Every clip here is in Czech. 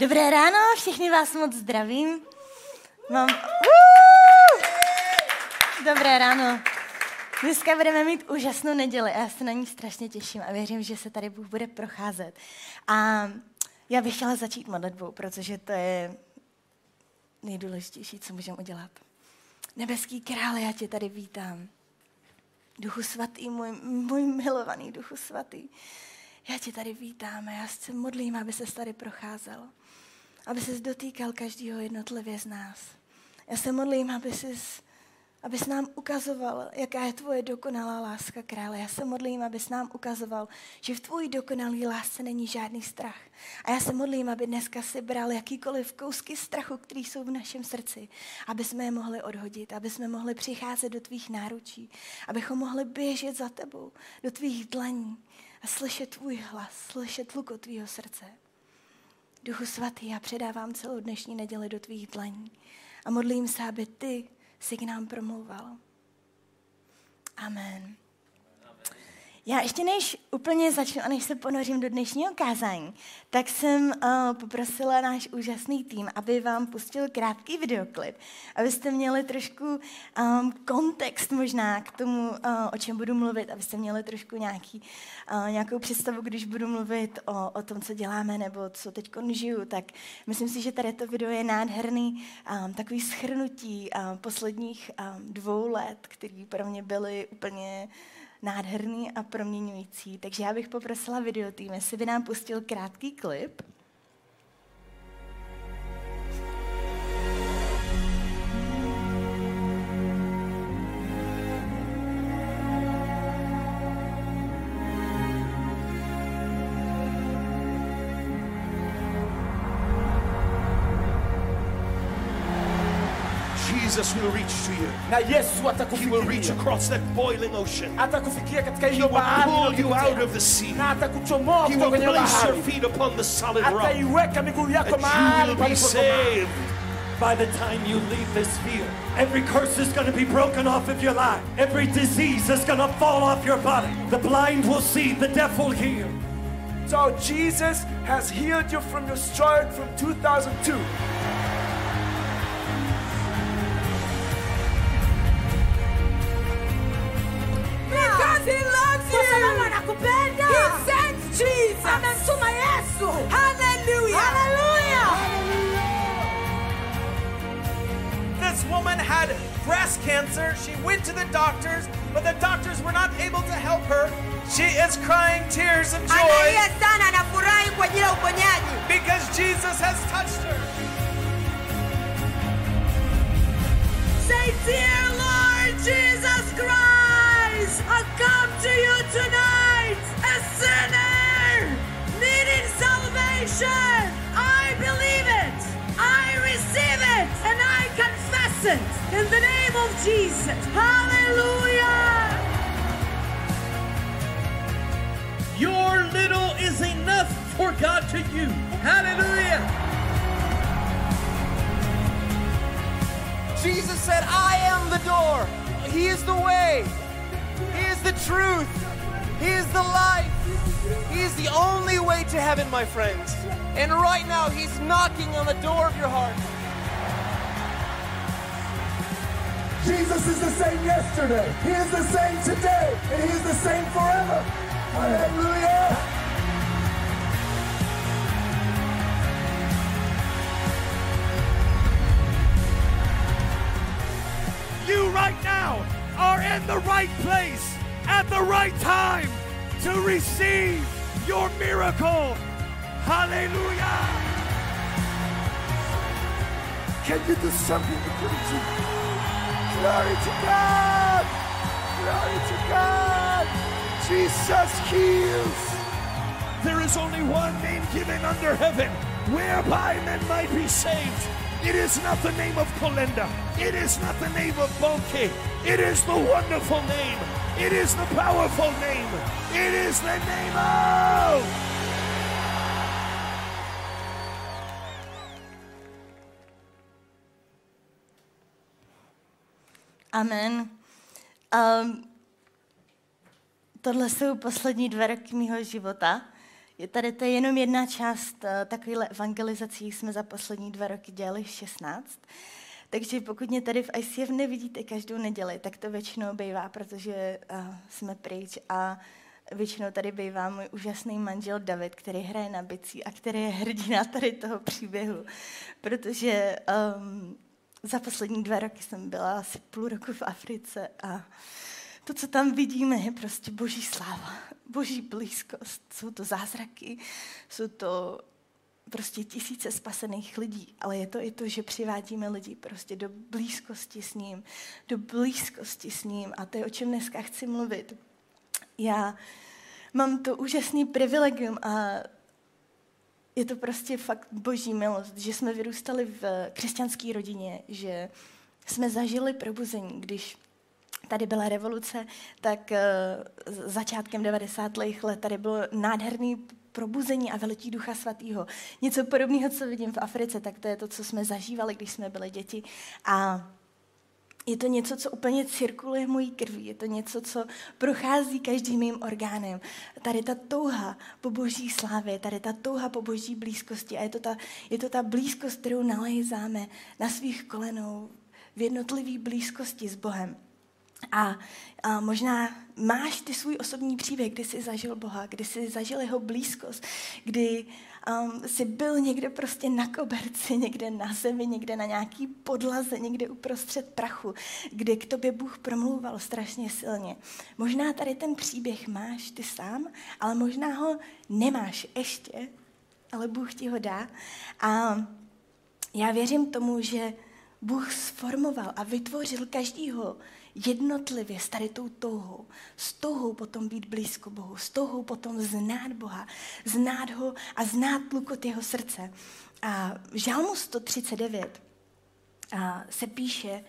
Dobré ráno, všichni vás moc zdravím. Dobré ráno. Dneska budeme mít úžasnou neděli a já se na ní strašně těším a věřím, že se tady Bůh bude procházet. A já bych chtěla začít modlitbou, protože to je nejdůležitější, co můžeme udělat. Nebeský krále, já tě tady vítám. Duchu svatý, můj milovaný Duchu svatý. Já tě tady vítám a já se modlím, aby ses tady procházel. Aby ses dotýkal každého jednotlivě z nás. Já se modlím, abys nám ukazoval, jaká je tvoje dokonalá láska, krále. Já se modlím, abys nám ukazoval, že v tvojí dokonalé lásce není žádný strach. A já se modlím, aby dneska si bral jakýkoliv kousky strachu, které jsou v našem srdci, aby jsme je mohli odhodit, aby jsme mohli přicházet do tvých náručí, abychom mohli běžet za tebou, do tvých dlaní a slyšet tvůj hlas, slyšet lukot tvýho srdce. Duchu svatý, já předávám celou dnešní neděli do tvých dlaní a modlím se, aby ty si k nám promlouval. Amen. Já ještě než úplně začnu a než se ponořím do dnešního kázání, tak jsem poprosila náš úžasný tým, aby vám pustil krátký videoklip, abyste měli trošku kontext možná k tomu, o čem budu mluvit, abyste měli trošku nějakou představu, když budu mluvit o tom, co děláme nebo co teď žiju, tak myslím si, že tady to video je nádherný, takový shrnutí posledních 2 let, které pro mě byly úplně nádherný a proměňující. Takže já bych poprosila videotým, jestli by nám pustil krátký klip. Jesus will reach to you. Na Yesu He will reach atakufikiria. across that boiling ocean. Atakufikia katika He hiyo will bahari pull you iliyopotea. out of the sea. Na atakuchomoa He kutoka will kwenye place your bahari. feet upon the solid rock. Ataiweka miguu yako And you mahali will be palipokomaa. saved. By the time you leave this field, every curse is going to be broken off of your life. Every disease is going to fall off your body. The blind will see, the deaf will hear. So Jesus has healed you from your stroke from 2002. Because he loves you. He sent Jesus. Amemtuma Yesu. Hallelujah. Hallelujah. This woman had breast cancer. She went to the doctors, but the doctors were not able to help her. She is crying tears of joy Analia sana, anafurahi kwa ajili ya uponyaji. because Jesus has touched her. Say, dear Lord Jesus Christ, I come to you tonight, a sinner needing salvation. I believe it. I receive it. And I confess it in the name of Jesus. Hallelujah. Your little is enough for God to use. Hallelujah. Jesus said, I am the door. He is the way. He is the truth. He is the life. He is the only way to heaven, my friends. And right now, He's knocking on the door of your heart. Jesus is the same yesterday. He is the same today. And He is the same forever. Hallelujah. You right now are in the right place at the right time to receive your miracle. Hallelujah. Can you do something to praise Him? Glory to God. Glory to God. Jesus heals. There is only one name given under heaven whereby men might be saved. It is not the name of Kolenda. It is not the name of Bonke. It is the wonderful name. It is the powerful name. It is the name of... Amen. Tohle jsou poslední 2 roky mýho života. to je jenom jedna část takovýhle evangelizací, jsme za poslední 2 roky dělali 16. Takže pokud mě tady v ICF nevidíte každou neděli, tak to většinou bývá, protože jsme pryč a většinou tady bývá můj úžasný manžel David, který hraje na bicí a který je hrdina tady toho příběhu. Protože za poslední 2 roky jsem byla asi půl roku v Africe a to, co tam vidíme, je prostě boží sláva, boží blízkost. Jsou to zázraky, jsou to prostě tisíce spasených lidí, ale je to i to, že přivádíme lidi prostě do blízkosti s ním a to je, o čem dneska chci mluvit. Já mám to úžasný privilegium a je to prostě fakt boží milost, že jsme vyrůstali v křesťanské rodině, že jsme zažili probuzení, když tady byla revoluce, tak začátkem 90. let tady bylo nádherný probuzení a veletí Ducha Svatého. Něco podobného, co vidím v Africe, tak to je to, co jsme zažívali, když jsme byli děti. A je to něco, co úplně cirkuluje v mojí krvi. Je to něco, co prochází každým mým orgánem. Tady ta touha po boží slávě, tady ta touha po boží blízkosti. A je to ta blízkost, kterou nalézáme na svých kolenou v jednotlivé blízkosti s Bohem. A možná máš ty svůj osobní příběh, kdy jsi zažil Boha, kdy jsi zažil jeho blízkost, kdy jsi byl někde prostě na koberci, někde na zemi, někde na nějaký podlaze, někde uprostřed prachu, kdy k tobě Bůh promlouval strašně silně. Možná tady ten příběh máš ty sám, ale možná ho nemáš ještě, ale Bůh ti ho dá. A já věřím tomu, že Bůh sformoval a vytvořil každýho jednotlivě s tady tou touhou. S touhou potom být blízko Bohu, s touhou potom znát Boha, znát ho a znát tlukot jeho srdce. A v Žalmu 139 se píše,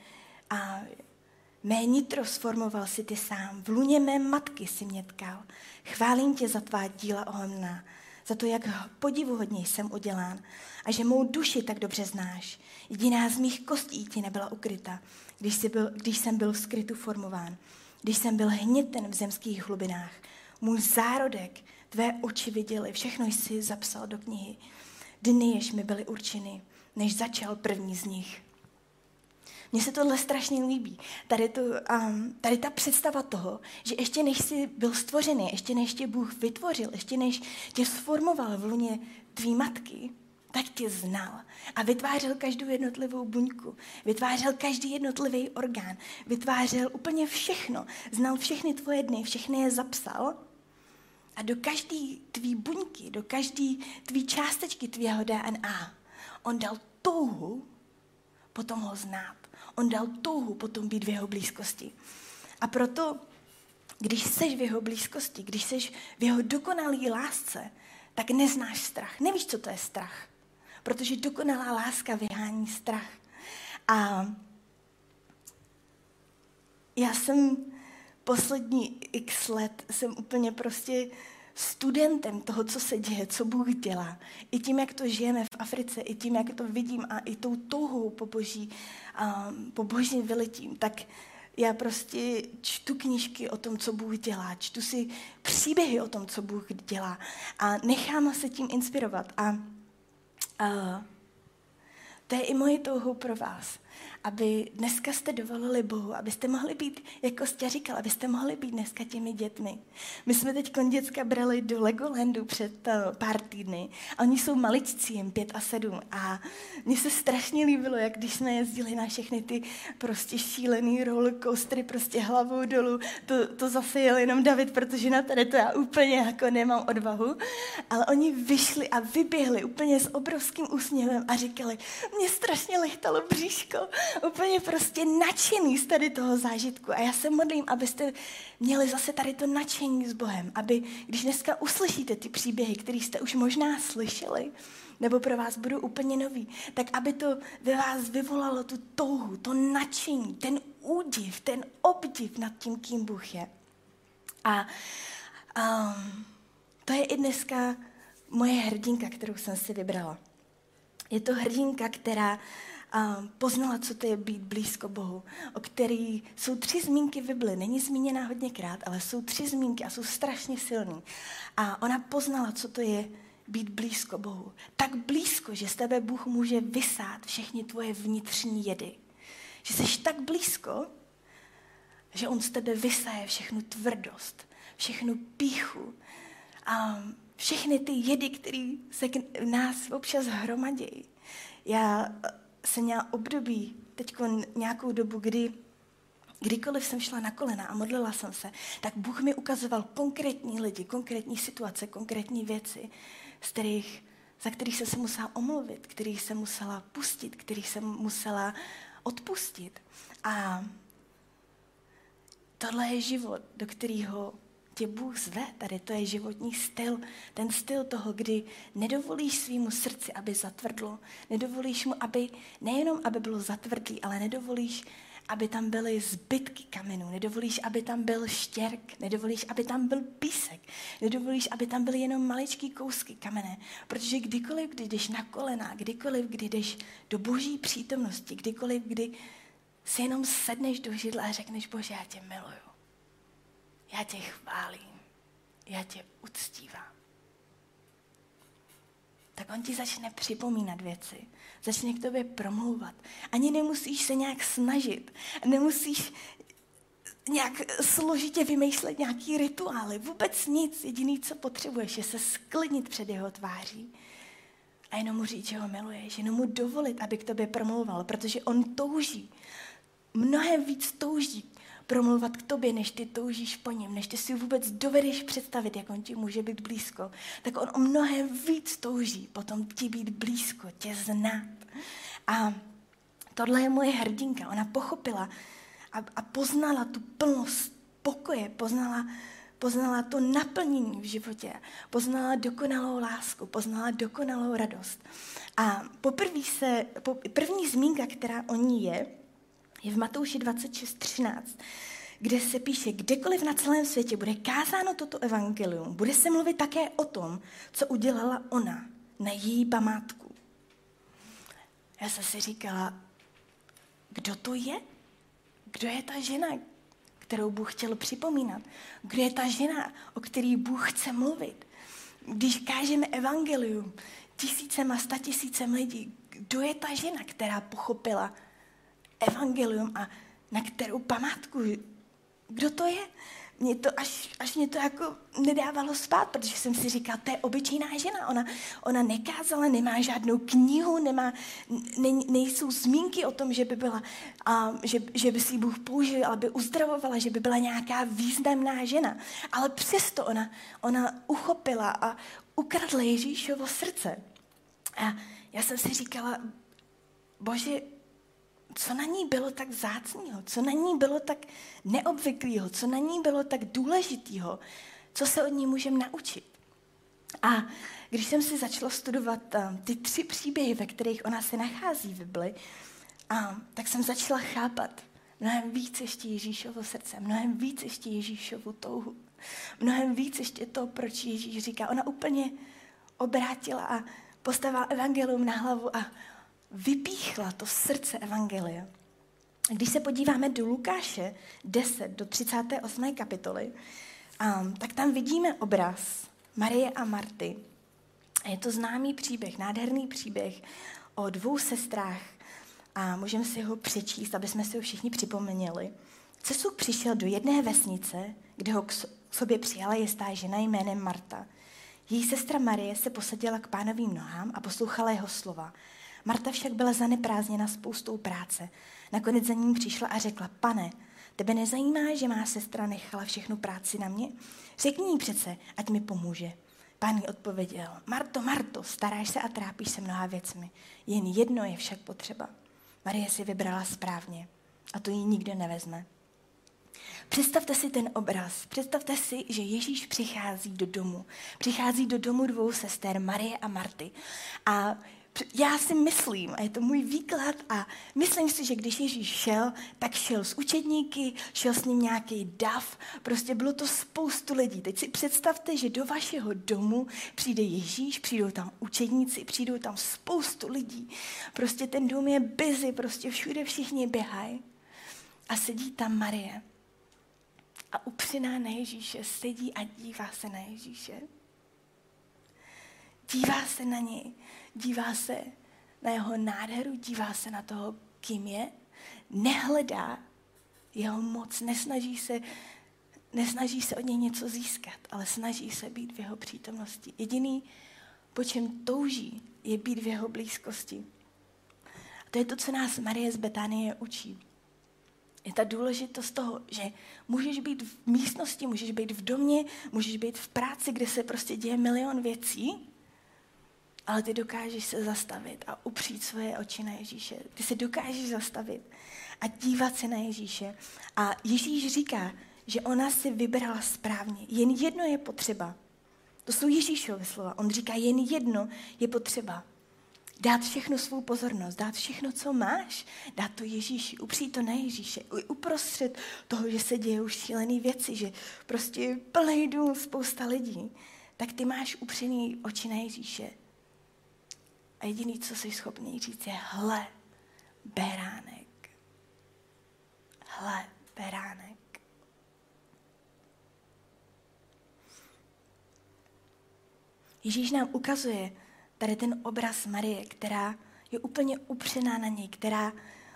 mé nitro sformoval si ty sám, v lůně mé matky si mě tkal. Chválím tě za tvá díla ohomná, za to, jak podivuhodně jsem udělán a že mou duši tak dobře znáš. Jediná z mých kostí ti nebyla ukryta, když jsem byl v skrytu formován, když jsem byl hněten v zemských hlubinách. Můj zárodek tvé oči viděly, všechno jsi zapsal do knihy. Dny, jež mi byly určeny, než začal první z nich. Mně se tohle strašně líbí. Tady ta představa toho, že ještě než jsi byl stvořený, ještě než tě Bůh vytvořil, ještě než tě sformoval v lůně tvý matky, tak tě znal a vytvářel každou jednotlivou buňku, vytvářel každý jednotlivý orgán, vytvářel úplně všechno, znal všechny tvoje dny, všechny je zapsal a do každý tvý buňky, do každý tvý částečky tvého DNA on dal touhu potom ho znát. On dal touhu potom být v jeho blízkosti. A proto, když seš v jeho blízkosti, když seš v jeho dokonalý lásce, tak neznáš strach. Nevíš, co to je strach. Protože dokonalá láska vyhání strach. A já jsem poslední x let jsem úplně prostě studentem toho, co se děje, co Bůh dělá. I tím, jak to žijeme v Africe, i tím, jak to vidím a i tou touhou po božím vyletím, tak já prostě čtu knížky o tom, co Bůh dělá, čtu si příběhy o tom, co Bůh dělá a nechám se tím inspirovat. A to je i moje touhou pro vás, aby dneska jste dovolili Bohu, abyste mohli být, jako jste říkal, abyste mohli být dneska těmi dětmi. My jsme teď děcka brali do Legolandu před pár týdny a oni jsou maličcí, jen 5 a 7 a mně se strašně líbilo, jak když jsme jezdili na všechny ty prostě šílený rollercoastery prostě hlavou dolů, to zase jel jenom David, protože na tady to já úplně jako nemám odvahu, ale oni vyšli a vyběhli úplně s obrovským úsměvem a říkali, mě strašně lechtalo bříško, úplně prostě nadšený z tady toho zážitku. A já se modlím, abyste měli zase tady to nadšení s Bohem, aby když dneska uslyšíte ty příběhy, které jste už možná slyšeli, nebo pro vás budou úplně nový, tak aby to ve vás vyvolalo tu touhu, to nadšení, ten údiv, ten obdiv nad tím, kým Bůh je. A to je i dneska moje hrdinka, kterou jsem si vybrala. Je to hrdinka, která poznala, co to je být blízko Bohu, o který jsou 3 zmínky v Bibli, není zmíněná hodněkrát, ale jsou 3 zmínky a jsou strašně silný. A ona poznala, co to je být blízko Bohu. Tak blízko, že z tebe Bůh může vysát všechny tvoje vnitřní jedy. Že jsi tak blízko, že on z tebe vysaje všechnu tvrdost, všechnu pýchu a všechny ty jedy, které se k nás občas hromadějí. Já jsem měla období, teď nějakou dobu, kdykoliv jsem šla na kolena a modlila jsem se, tak Bůh mi ukazoval konkrétní lidi, konkrétní situace, konkrétní věci, za kterých jsem se musela omluvit, kterých jsem musela pustit, kterých jsem musela odpustit. A tohle je život, do kterého tě Bůh zve. Tady to je životní styl. Ten styl toho, kdy nedovolíš svýmu srdci, aby zatvrdlo. Nedovolíš mu, nejenom aby bylo zatvrdlý, ale nedovolíš, aby tam byly zbytky kamenů. Nedovolíš, aby tam byl štěrk. Nedovolíš, aby tam byl písek. Nedovolíš, aby tam byly jenom maličký kousky kamene. Protože kdykoliv, kdy jdeš na kolena, kdykoliv, kdy jdeš do Boží přítomnosti, kdykoliv, kdy si jenom sedneš do židle a řekneš, Bože, já tě miluju. Já tě chválím. Já tě uctívám. Tak on ti začne připomínat věci. Začne k tobě promlouvat. Ani nemusíš se nějak snažit. Nemusíš nějak složitě vymýšlet nějaký rituály. Vůbec nic. Jediný, co potřebuješ, je se sklidnit před jeho tváří. A jenom mu říct, že ho miluješ. Jenom mu dovolit, aby k tobě promlouval. Protože on touží. Mnohem víc touží promluvat k tobě, než ty toužíš po něm, než ty si vůbec dovedeš představit, jak on ti může být blízko, tak on o mnohem víc touží potom ti být blízko, tě znát. A tohle je moje hrdinka. Ona pochopila a poznala tu plnost pokoje, poznala to naplnění v životě, poznala dokonalou lásku, poznala dokonalou radost. A první zmínka, která o ní je v Matouši 26:13, kde se píše, kdekoliv na celém světě bude kázáno toto evangelium, bude se mluvit také o tom, co udělala ona na její památku. Já jsem si říkala, kdo to je? Kdo je ta žena, kterou Bůh chtěl připomínat? Kdo je ta žena, o který Bůh chce mluvit? Když kážeme evangelium 1000 a 100 000 lidí, kdo je ta žena, která pochopila evangelium a na kterou památku? Kdo to je? Až mě to jako nedávalo spát, protože jsem si říkala, to je obyčejná žena. Ona nekázala, nemá žádnou knihu, nejsou zmínky o tom, že by byla, že by si Bůh použil, aby uzdravovala, že by byla nějaká významná žena. Ale přesto ona uchopila a ukradla Ježíšovo srdce. A já jsem si říkala, Bože, co na ní bylo tak vzácného, co na ní bylo tak neobvyklého, co na ní bylo tak důležitého, co se od ní můžeme naučit. A když jsem si začala studovat ty 3 příběhy, ve kterých ona se nachází v Bibli, tak jsem začala chápat mnohem víc ještě Ježíšovo srdce, mnohem víc ještě Ježíšovu touhu, mnohem víc ještě to, proč Ježíš říká. Ona úplně obrátila a postavila evangelium na hlavu a vypíchla to srdce evangelia. Když se podíváme do Lukáše 10, do 38. kapitoly, tak tam vidíme obraz Marie a Marty. Je to známý příběh, nádherný příběh o 2 sestrách a můžeme si ho přečíst, aby jsme si ho všichni připomněli. Cesuk přišel do jedné vesnice, kde ho k sobě přijala jistá žena jménem Marta. Její sestra Marie se posadila k Pánovým nohám a poslouchala jeho slova. Marta však byla zaneprázdněna spoustou práce. Nakonec za ním přišla a řekla, Pane, tebe nezajímá, že má sestra nechala všechnu práci na mě? Řekni jí přece, ať mi pomůže. Pán jí odpověděl, Marto, Marto, staráš se a trápíš se mnoha věcmi. Jen jedno je však potřeba. Marie si vybrala správně a to jí nikdo nevezme. Představte si ten obraz. Představte si, že Ježíš přichází do domu. Přichází do domu 2 sester, Marie a Marty. A já si myslím, a je to můj výklad, a myslím si, že když Ježíš šel, tak šel s učedníky, šel s ním nějaký dav, prostě bylo to spoustu lidí. Teď si představte, že do vašeho domu přijde Ježíš, přijdou tam učedníci, přijdou tam spoustu lidí. Prostě ten dům je busy, prostě všude všichni běhají. A sedí tam Marie. A upřená na Ježíše sedí a dívá se na Ježíše. Dívá se na něj, dívá se na jeho nádheru, dívá se na toho, kým je, nehledá jeho moc, nesnaží se od něj něco získat, ale snaží se být v jeho přítomnosti. Jediný, po čem touží, je být v jeho blízkosti. A to je to, co nás Marie z Betánie učí. Je ta důležitost toho, že můžeš být v místnosti, můžeš být v domě, můžeš být v práci, kde se prostě děje milion věcí, ale ty dokážeš se zastavit a upřít svoje oči na Ježíše. Ty se dokážeš zastavit a dívat se na Ježíše. A Ježíš říká, že ona si vybrala správně. Jen jedno je potřeba. To jsou Ježíšovy slova. On říká, jen jedno je potřeba. Dát všechno svou pozornost, dát všechno, co máš, dát to Ježíši, upřít to na Ježíše. Uprostřed toho, že se dějou šílené věci, že prostě plný dům, spousta lidí, tak ty máš upřený oči na Ježíše. A jediný, co jsi schopný říct, je hle, beránek. Hle, beránek. Ježíš nám ukazuje tady ten obraz Marie, která je úplně upřená na něj, která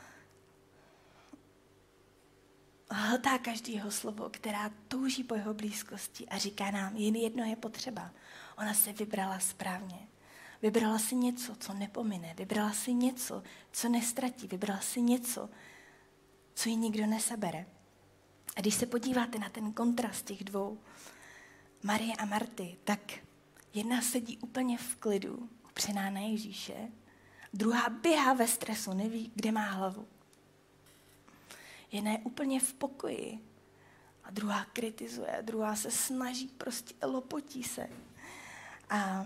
hltá každý jeho slovo, která touží po jeho blízkosti a říká nám, jen jedno je potřeba. Ona se vybrala správně. Vybrala si něco, co nepomine. Vybrala si něco, co nestratí. Vybrala si něco, co jí nikdo nesebere. A když se podíváte na ten kontrast těch dvou, Marie a Marty, tak jedna sedí úplně v klidu, upřená na Ježíše, druhá běhá ve stresu, neví, kde má hlavu. Jedna je úplně v pokoji a druhá kritizuje, druhá se snaží, prostě lopotí se. A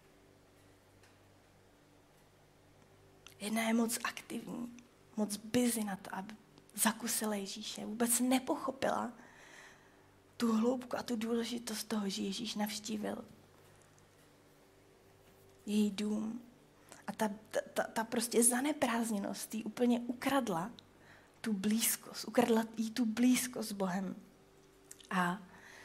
jedna je moc aktivní, moc busy na to, aby zakusila Ježíše. Vůbec nepochopila tu hloubku a tu důležitost toho, že Ježíš navštívil její dům. A ta prostě zaneprázdněnost jí úplně ukradla tu blízkost. Ukradla jí tu blízkost s Bohem. A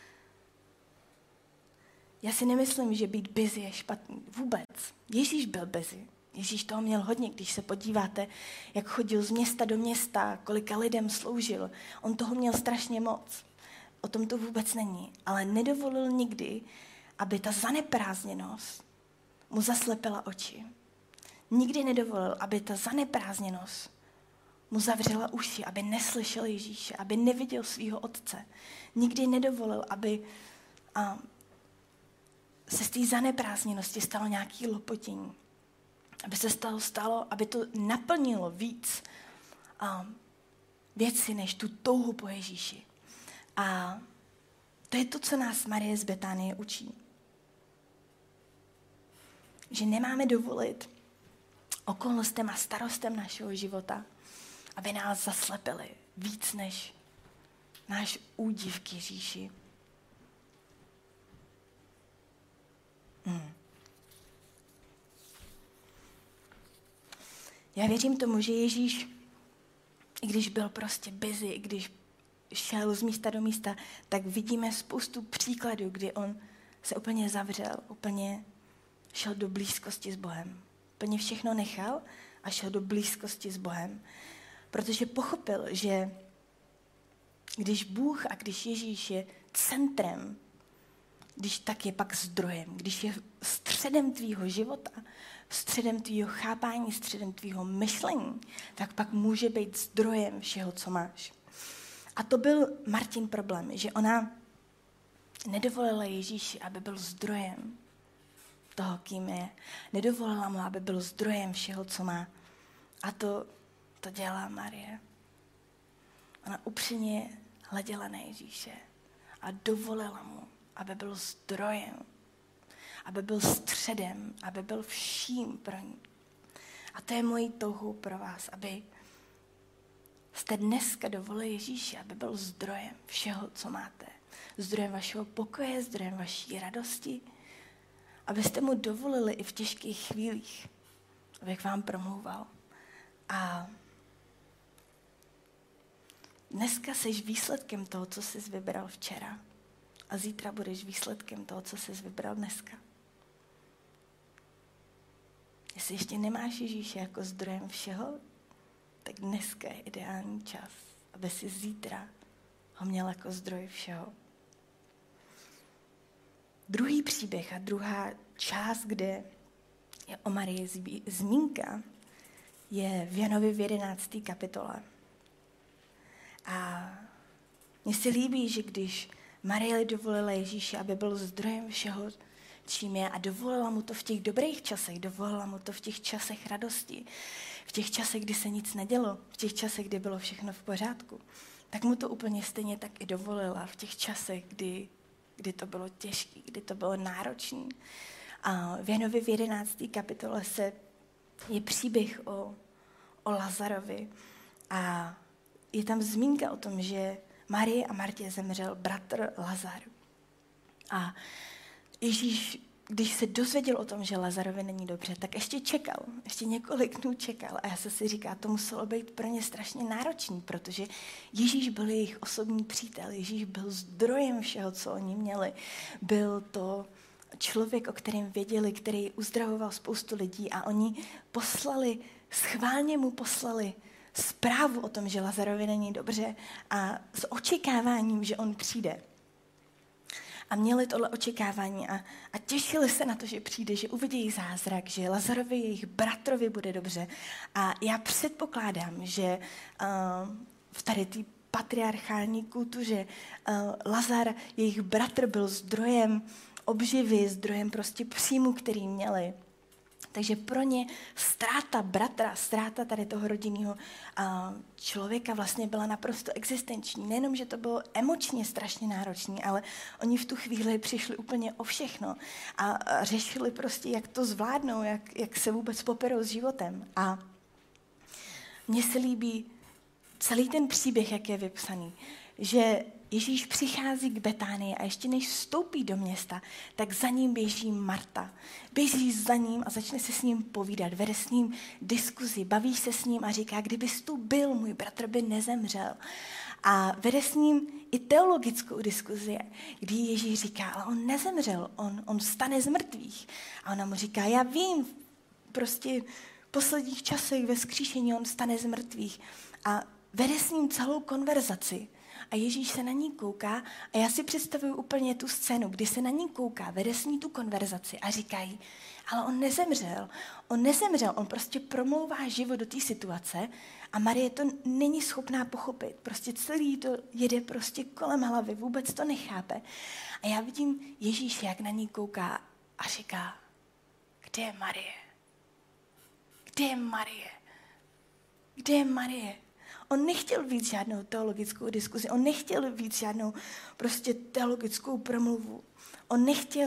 já si nemyslím, že být busy je špatný. Vůbec. Ježíš byl busy. Ježíš toho měl hodně, když se podíváte, jak chodil z města do města, kolika lidem sloužil. On toho měl strašně moc. O tom to vůbec není. Ale nedovolil nikdy, aby ta zaneprázdněnost mu zaslepila oči. Nikdy nedovolil, aby ta zaneprázdněnost mu zavřela uši, aby neslyšel Ježíše, aby neviděl svého otce. Nikdy nedovolil, aby se z té zaneprázdněnosti stalo nějaké lopotění. Aby se stalo, aby to naplnilo víc věci, než tu touhu po Ježíši. A to je to, co nás Marie z Betánie učí. Že nemáme dovolit okolnostem a starostem našeho života, aby nás zaslepili víc než náš údiv k Ježíši. Já věřím tomu, že Ježíš, i když byl prostě busy, i když šel z místa do místa, tak vidíme spoustu příkladů, kdy on se úplně zavřel, úplně šel do blízkosti s Bohem. Úplně všechno nechal a šel do blízkosti s Bohem. Protože pochopil, že když Bůh a když Ježíš je centrem, když tak je pak zdrojem, když je středem tvýho života, středem tvýho chápání, středem tvýho myšlení, tak pak může být zdrojem všeho, co máš. A to byl Martin problém, že ona nedovolila Ježíši, aby byl zdrojem toho, kým je. Nedovolila mu, aby byl zdrojem všeho, co má. A to dělá Marie. Ona upřímně hleděla na Ježíše a dovolila mu, aby byl zdrojem, aby byl středem, aby byl vším pro ní. A to je mojí touhou pro vás, aby jste dneska dovolili Ježíši, aby byl zdrojem všeho, co máte. Zdrojem vašeho pokoje, zdrojem vaší radosti. Abyste mu dovolili i v těžkých chvílích, abych vám promlouval. A dneska jsi výsledkem toho, co jsi vybral včera. A zítra budeš výsledkem toho, co jsi vybral dneska. Jestli ještě nemáš Ježíše jako zdrojem všeho, tak dneska je ideální čas, aby si zítra ho měl jako zdroj všeho. Druhý příběh a druhá část, kde je o Marii zmínka, je v Janovi v 11. kapitole. A mně se líbí, že když Marie dovolila Ježíši, aby byl zdrojem všeho, čím je, a dovolila mu to v těch dobrých časech, dovolila mu to v těch časech radosti, v těch časech, kdy se nic nedělo, v těch časech, kdy bylo všechno v pořádku, tak mu to úplně stejně tak i dovolila v těch časech, kdy to bylo těžké, kdy to bylo náročné. A v Janovi v 11. kapitole je příběh o Lazarovi a je tam zmínka o tom, že Marii a Martě zemřel bratr Lazar. A Ježíš, když se dozvěděl o tom, že Lazarovi není dobře, tak ještě čekal, ještě několik dnů čekal. A já se si říká, to muselo být pro ně strašně náročný, protože Ježíš byl jejich osobní přítel, Ježíš byl zdrojem všeho, co oni měli. Byl to člověk, o kterém věděli, který uzdravoval spoustu lidí a oni schválně mu poslali zprávu o tom, že Lazarovi není dobře a s očekáváním, že on přijde. A měli tohle očekávání a těšili se na to, že přijde, že uvidí zázrak, že Lazarovi, jejich bratrovi, bude dobře. A já předpokládám, že v tady té patriarchální kultuře Lazar, jejich bratr, byl zdrojem obživy, zdrojem prostě příjmu, který měli. Takže pro ně ztráta bratra, ztráta tady toho rodinného člověka vlastně byla naprosto existenční. Nejenom, že to bylo emočně strašně náročné, ale oni v tu chvíli přišli úplně o všechno a řešili prostě, jak to zvládnou, jak se vůbec poperou s životem. A mně se líbí celý ten příběh, jak je vypsaný, že Ježíš přichází k Betánii a ještě než vstoupí do města, tak za ním běží Marta. Běží za ním a začne se s ním povídat, vede s ním diskuzi, baví se s ním a říká, kdybys tu byl, můj bratr by nezemřel. A vede s ním i teologickou diskuzi, kdy Ježíš říká, ale on nezemřel, on vstane z mrtvých. A ona mu říká, já vím, prostě v posledních časech ve vzkříšení on vstane z mrtvých. A vede s ním celou konverzaci. A Ježíš se na ní kouká a já si představuju úplně tu scénu, kdy se na ní kouká, vede s ní tu konverzaci a říkají, ale on nezemřel, on prostě promlouvá život do té situace a Marie to není schopná pochopit. Prostě celý to jede prostě kolem hlavy, vůbec to nechápe. A já vidím Ježíše, jak na ní kouká a říká, kde je Marie? Kde je Marie? Kde je Marie? On nechtěl víc žádnou teologickou diskuzi, on nechtěl víc žádnou prostě teologickou promluvu. On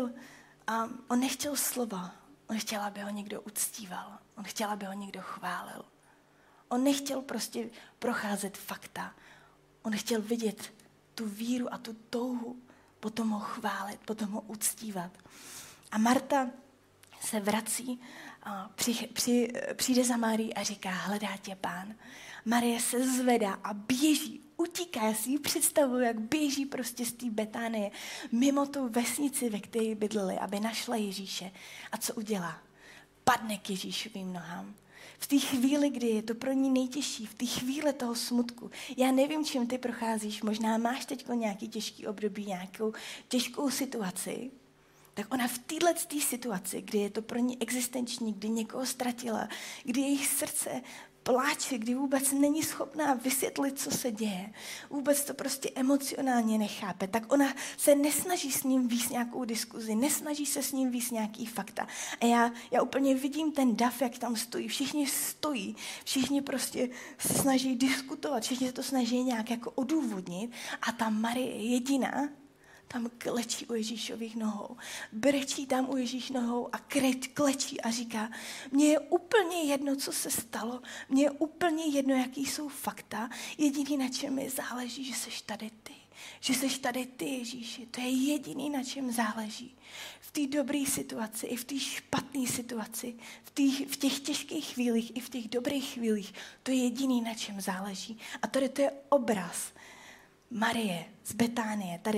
nechtěl slova, on chtěl, aby ho někdo uctíval, on chtěl, aby ho někdo chválil. On nechtěl prostě procházet fakta, on chtěl vidět tu víru a tu touhu, potom ho chválit, potom ho uctívat. A Marta se vrací, přijde za Marií a říká, hledá tě Pán. Marie se zvedá a běží, utíká. Já si ji představuji, jak běží prostě z té Betánie mimo tu vesnici, ve které bydleli, aby našla Ježíše. A co udělá? Padne k Ježíšovým nohám. V té chvíli, kdy je to pro ní nejtěžší, v té chvíli toho smutku. Já nevím, čím ty procházíš, možná máš teď nějaký těžký období, nějakou těžkou situaci, tak ona v této situaci, kdy je to pro ní existenční, kdy někoho ztratila, kdy jejich srdce pláče, kdy vůbec není schopná vysvětlit, co se děje, vůbec to prostě emocionálně nechápe, tak ona se nesnaží s ním víc nějakou diskuzi, nesnaží se s ním víc nějaký fakta. A já úplně vidím ten dav, jak tam stojí. Všichni stojí, všichni prostě se snaží diskutovat, všichni se to snaží nějak jako odůvodnit a ta Marie je jediná, tam klečí u Ježíšových nohou. Brečí tam u Ježíš nohou a klečí a říká, mně je úplně jedno, co se stalo, mně je úplně jedno, jaký jsou fakta, jediný, na čem mi záleží, že seš tady ty. Že seš tady ty, Ježíši. To je jediný, na čem záleží. V té dobré situaci, i v té špatné situaci, v těch těžkých chvílích, i v těch dobrých chvílích, to je jediný, na čem záleží. A tady to je obraz Marie z Betánie. Tady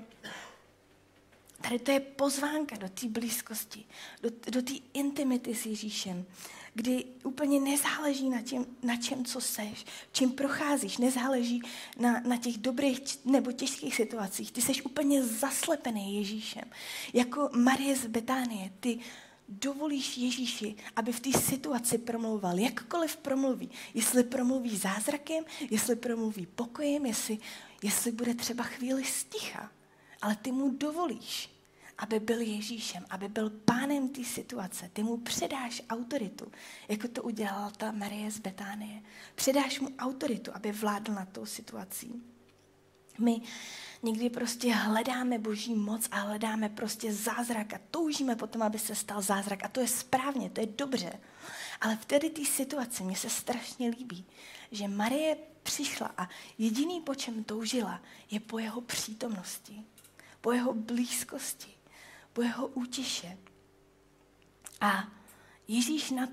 to je pozvánka do té blízkosti, do té intimity s Ježíšem, kdy úplně nezáleží na čem, co seš, čím procházíš, nezáleží na těch dobrých nebo těžkých situacích. Ty seš úplně zaslepený Ježíšem. Jako Marie z Betánie, ty dovolíš Ježíši, aby v té situaci promlouval. Jakkoliv promluví. Jestli promluví zázrakem, jestli promluví pokojem, jestli bude třeba chvíli sticha. Ale ty mu dovolíš, aby byl Ježíšem, aby byl pánem té situace. Ty mu předáš autoritu, jako to udělala ta Marie z Betánie. Předáš mu autoritu, aby vládl nad tou situací. My někdy prostě hledáme Boží moc a hledáme prostě zázrak a toužíme potom, aby se stal zázrak. A to je správně, to je dobře. Ale v té situaci mně se strašně líbí, že Marie přišla a jediný, po čem toužila, je po jeho přítomnosti, po jeho blízkosti, po jeho útěše. A Ježíš na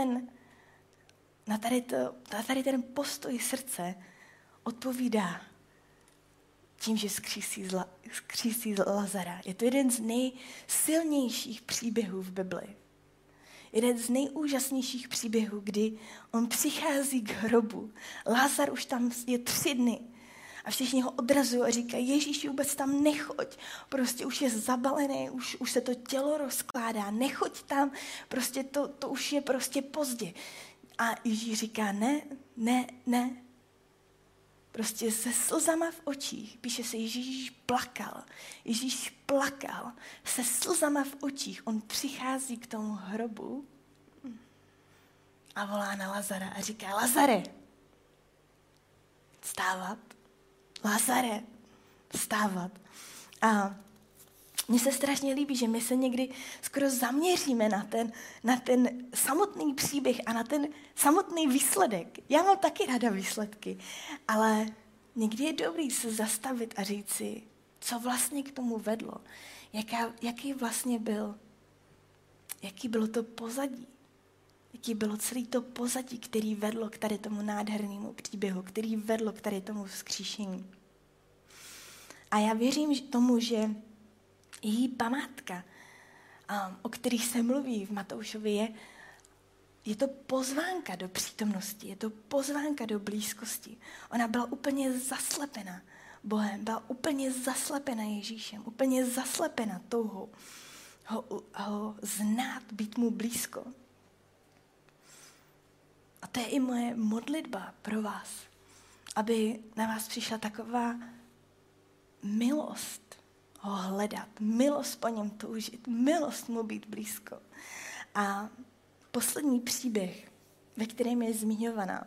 tady ten postoj srdce odpovídá tím, že zkřísí Lazara. Je to jeden z nejsilnějších příběhů v Bibli. Jeden z nejúžasnějších příběhů, kdy on přichází k hrobu. Lazar už tam je 3 dny. A všichni ho odrazují a říkají, Ježíši, vůbec tam nechoď. Prostě už je zabalený, už se to tělo rozkládá. Nechoď tam, prostě to už je prostě pozdě. A Ježíš říká, ne. Prostě se slzama v očích. Píše se, Ježíš plakal se slzama v očích. On přichází k tomu hrobu a volá na Lazara a říká, Lazare, vstávat. Lazare, vstávat. A mně se strašně líbí, že my se někdy skoro zaměříme na ten samotný příběh a na ten samotný výsledek. Já mám taky ráda výsledky, ale někdy je dobrý se zastavit a říct si, co vlastně k tomu vedlo. Jaký bylo to pozadí. Jaký bylo celé to pozadí, který vedlo k tady tomu nádhernému příběhu, který vedlo k tady tomu vzkříšení. A já věřím tomu, že její památka, o kterých se mluví v Matoušovi, je to pozvánka do přítomnosti, je to pozvánka do blízkosti. Ona byla úplně zaslepena Bohem, byla úplně zaslepena Ježíšem, úplně zaslepena touhou ho znát, být mu blízko. A to je i moje modlitba pro vás, aby na vás přišla taková milost ho hledat, milost po něm toužit, milost mu být blízko. A poslední příběh, ve kterém je zmiňovaná,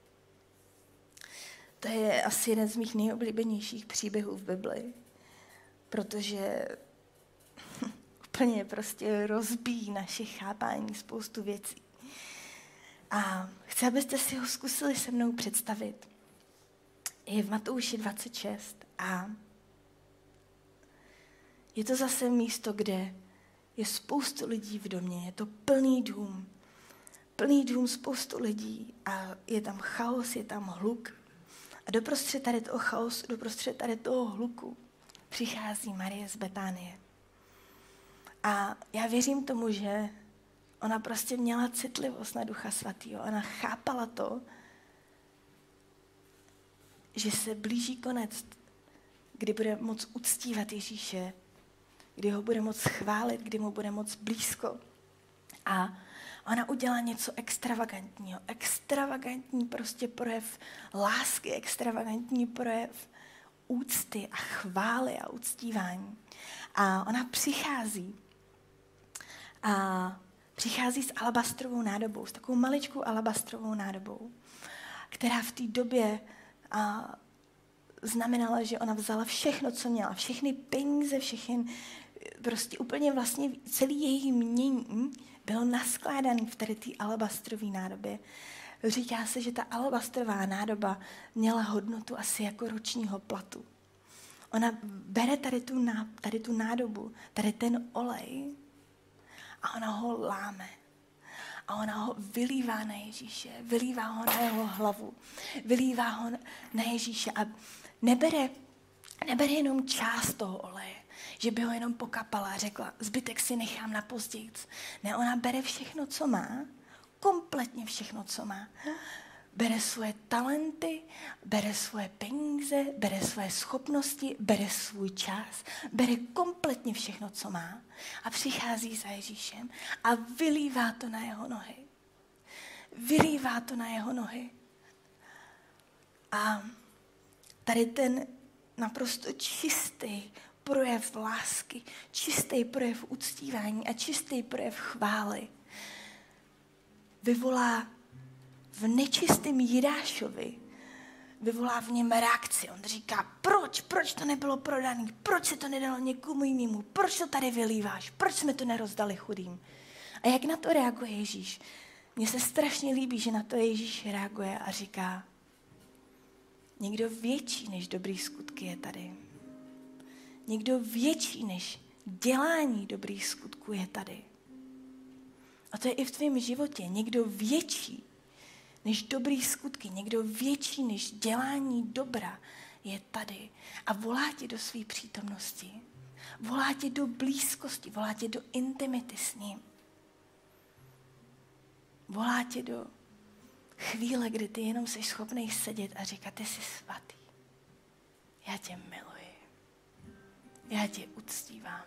to je asi jeden z mých nejoblíbenějších příběhů v Bibli, protože úplně prostě rozbíjí naše chápání spoustu věcí. A chci, abyste si ho zkusili se mnou představit. Je v Matouši 26 a je to zase místo, kde je spoustu lidí v domě, je to plný dům, spoustu lidí a je tam chaos, je tam hluk. A doprostřed tady toho chaosu, doprostřed tady toho hluku přichází Marie z Betánie. A já věřím tomu, že ona prostě měla citlivost na Ducha Svatého. Ona chápala to, že se blíží konec, kdy bude moc uctívat Ježíše, kdy ho bude moc chválit, kdy mu bude moc blízko. A ona udělá něco extravagantního. Extravagantní prostě projev lásky, extravagantní projev úcty a chvály a uctívání. A ona přichází s alabastrovou nádobou, s takovou maličkou alabastrovou nádobou, která v té době znamenalo, že ona vzala všechno, co měla, všechny peníze, prostě úplně vlastně celý její mění bylo naskládaný v tady té alabastrové nádobě. Říká se, že ta alabastrová nádoba měla hodnotu asi jako ročního platu. Ona bere tady tu nádobu, tady ten olej a ona ho láme. A ona ho vylívá na Ježíše, vylívá ho na jeho hlavu, vylívá ho na Ježíše a nebere jenom část toho oleje, že by ho jenom pokapala a řekla, zbytek si nechám na později. Ne, ona bere všechno, co má, kompletně všechno, co má. Bere svoje talenty, bere svoje peníze, bere svoje schopnosti, bere svůj čas, bere kompletně všechno, co má a přichází za Ježíšem a vylívá to na jeho nohy. Vylívá to na jeho nohy. A tady ten naprosto čistý projev lásky, čistý projev uctívání a čistý projev chvály vyvolá v nečistém Jidášovi, vyvolá v něm reakci. On říká, proč to nebylo prodaný, proč se to nedalo někomu jinému, proč to tady vylíváš, proč jsme to nerozdali chudým. A jak na to reaguje Ježíš? Mně se strašně líbí, že na to Ježíš reaguje a říká, někdo větší než dobrý skutky je tady. Někdo větší než dělání dobrých skutků je tady. A to je i v tvém životě. Někdo větší než dobrý skutky, někdo větší než dělání dobra je tady. A volá tě do své přítomnosti. Volá tě do blízkosti, volá tě do intimity s ním. Volá tě do chvíle, kdy ty jenom jsi schopný sedět a říkat, ty jsi svatý. Já tě miluji. Já tě uctívám.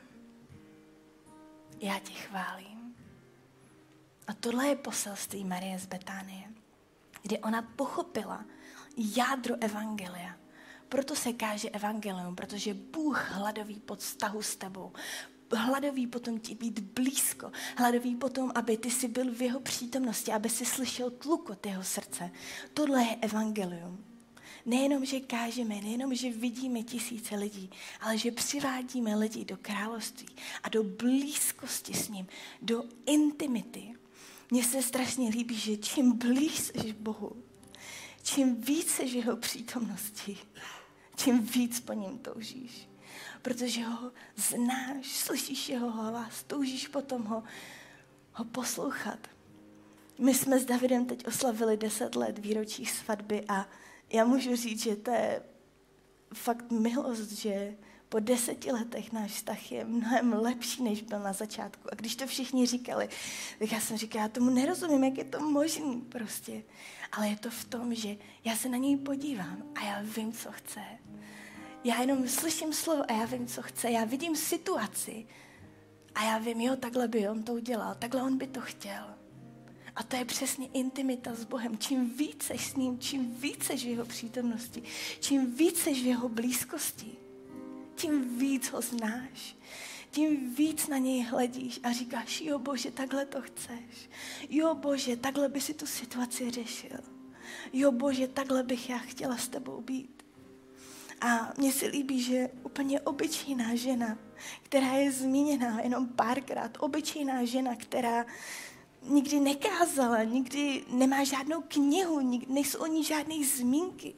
Já tě chválím. A tohle je poselství Marie z Betánie, kdy ona pochopila jádro evangelia. Proto se káže evangelium, protože Bůh hladoví po vztahu s tebou. Hladoví potom ti být blízko. Hladoví potom, aby ty si byl v jeho přítomnosti, aby si slyšel tlukot jeho srdce. Tohle je evangelium. Nejenom, že kážeme, nejenom, že vidíme tisíce lidí, ale že přivádíme lidi do království a do blízkosti s ním, do intimity. Mně se strašně líbí, že čím blíž seš Bohu, čím víc seš v jeho přítomnosti, čím víc po něm toužíš. Protože ho znáš, slyšíš jeho hlas, toužíš potom ho poslouchat. My jsme s Davidem teď oslavili 10 let výročí svatby a já můžu říct, že to je fakt milost, že po 10 letech náš vztah je mnohem lepší, než byl na začátku. A když to všichni říkali, tak já jsem říkala, já tomu nerozumím, jak je to možný prostě. Ale je to v tom, že já se na něj podívám a já vím, co chce. Já jenom slyším slovo a já vím, co chce. Já vidím situaci a já vím, jo, takhle by on to udělal, takhle on by to chtěl. A to je přesně intimita s Bohem. Čím víc seš s ním, čím víc seš v jeho přítomnosti, čím víc seš v jeho blízkosti, tím víc ho znáš, tím víc na něj hledíš a říkáš, jo Bože, takhle to chceš. Jo Bože, takhle by si tu situaci řešil. Jo Bože, takhle bych já chtěla s tebou být. A mně se líbí, že úplně obyčejná žena, která je zmíněná jenom párkrát, obyčejná žena, která nikdy nekázala, nikdy nemá žádnou knihu, nejsou o ní žádné zmínky,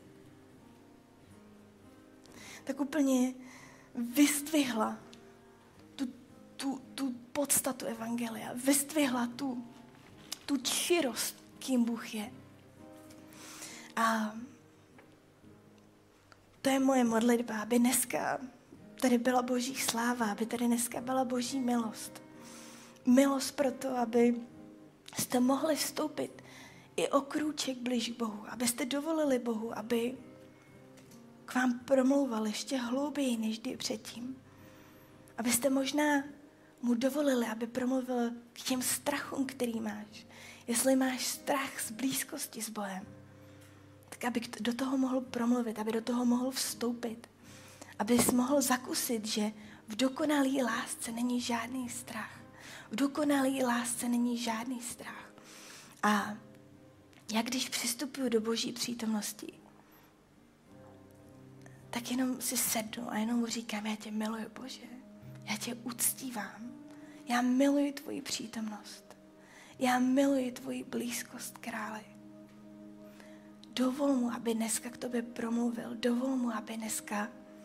tak úplně vyzdvihla tu podstatu evangelia, vyzdvihla tu čirost, kým Bůh je. A to je moje modlitba, aby dneska tady byla Boží sláva, aby tady dneska byla Boží milost. Milost proto, aby jste mohli vstoupit i o krůček blíž k Bohu, abyste dovolili Bohu, aby k vám promlouval ještě hlouběji než kdy předtím. Abyste možná mu dovolili, aby promluvil k těm strachům, který máš. Jestli máš strach z blízkosti s Bohem, tak aby do toho mohl promluvit, aby do toho mohl vstoupit. Abys mohl zakusit, že v dokonalé lásce není žádný strach. V dokonalé lásce není žádný strach. A já když přistupuju do Boží přítomnosti, tak jenom si sednu a jenom mu říkám, já tě miluji, Bože. Já tě uctívám. Já miluji tvoji přítomnost. Já miluji tvoji blízkost, králi. Dovol mu, aby dneska k tobě promluvil. Dovol mu, aby dneska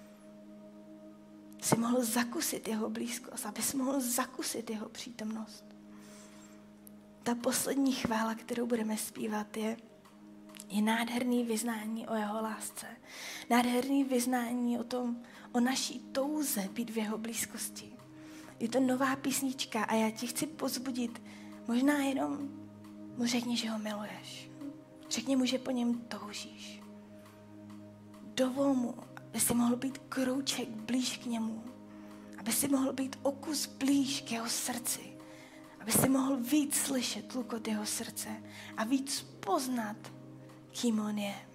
si mohl zakusit jeho blízkost, aby si mohl zakusit jeho přítomnost. Ta poslední chvála, kterou budeme zpívat, je nádherný vyznání o jeho lásce. Nádherný vyznání o naší touze být v jeho blízkosti. Je to nová písnička a já ti chci povzbudit. Možná jenom mu řekni, že ho miluješ. Řekni mu, že po něm toužíš. Dovol mu, aby si mohl být krouček blíž k němu. Aby si mohl být o kus blíž k jeho srdci. Aby si mohl víc slyšet tlukot jeho srdce a víc poznat, kým on je.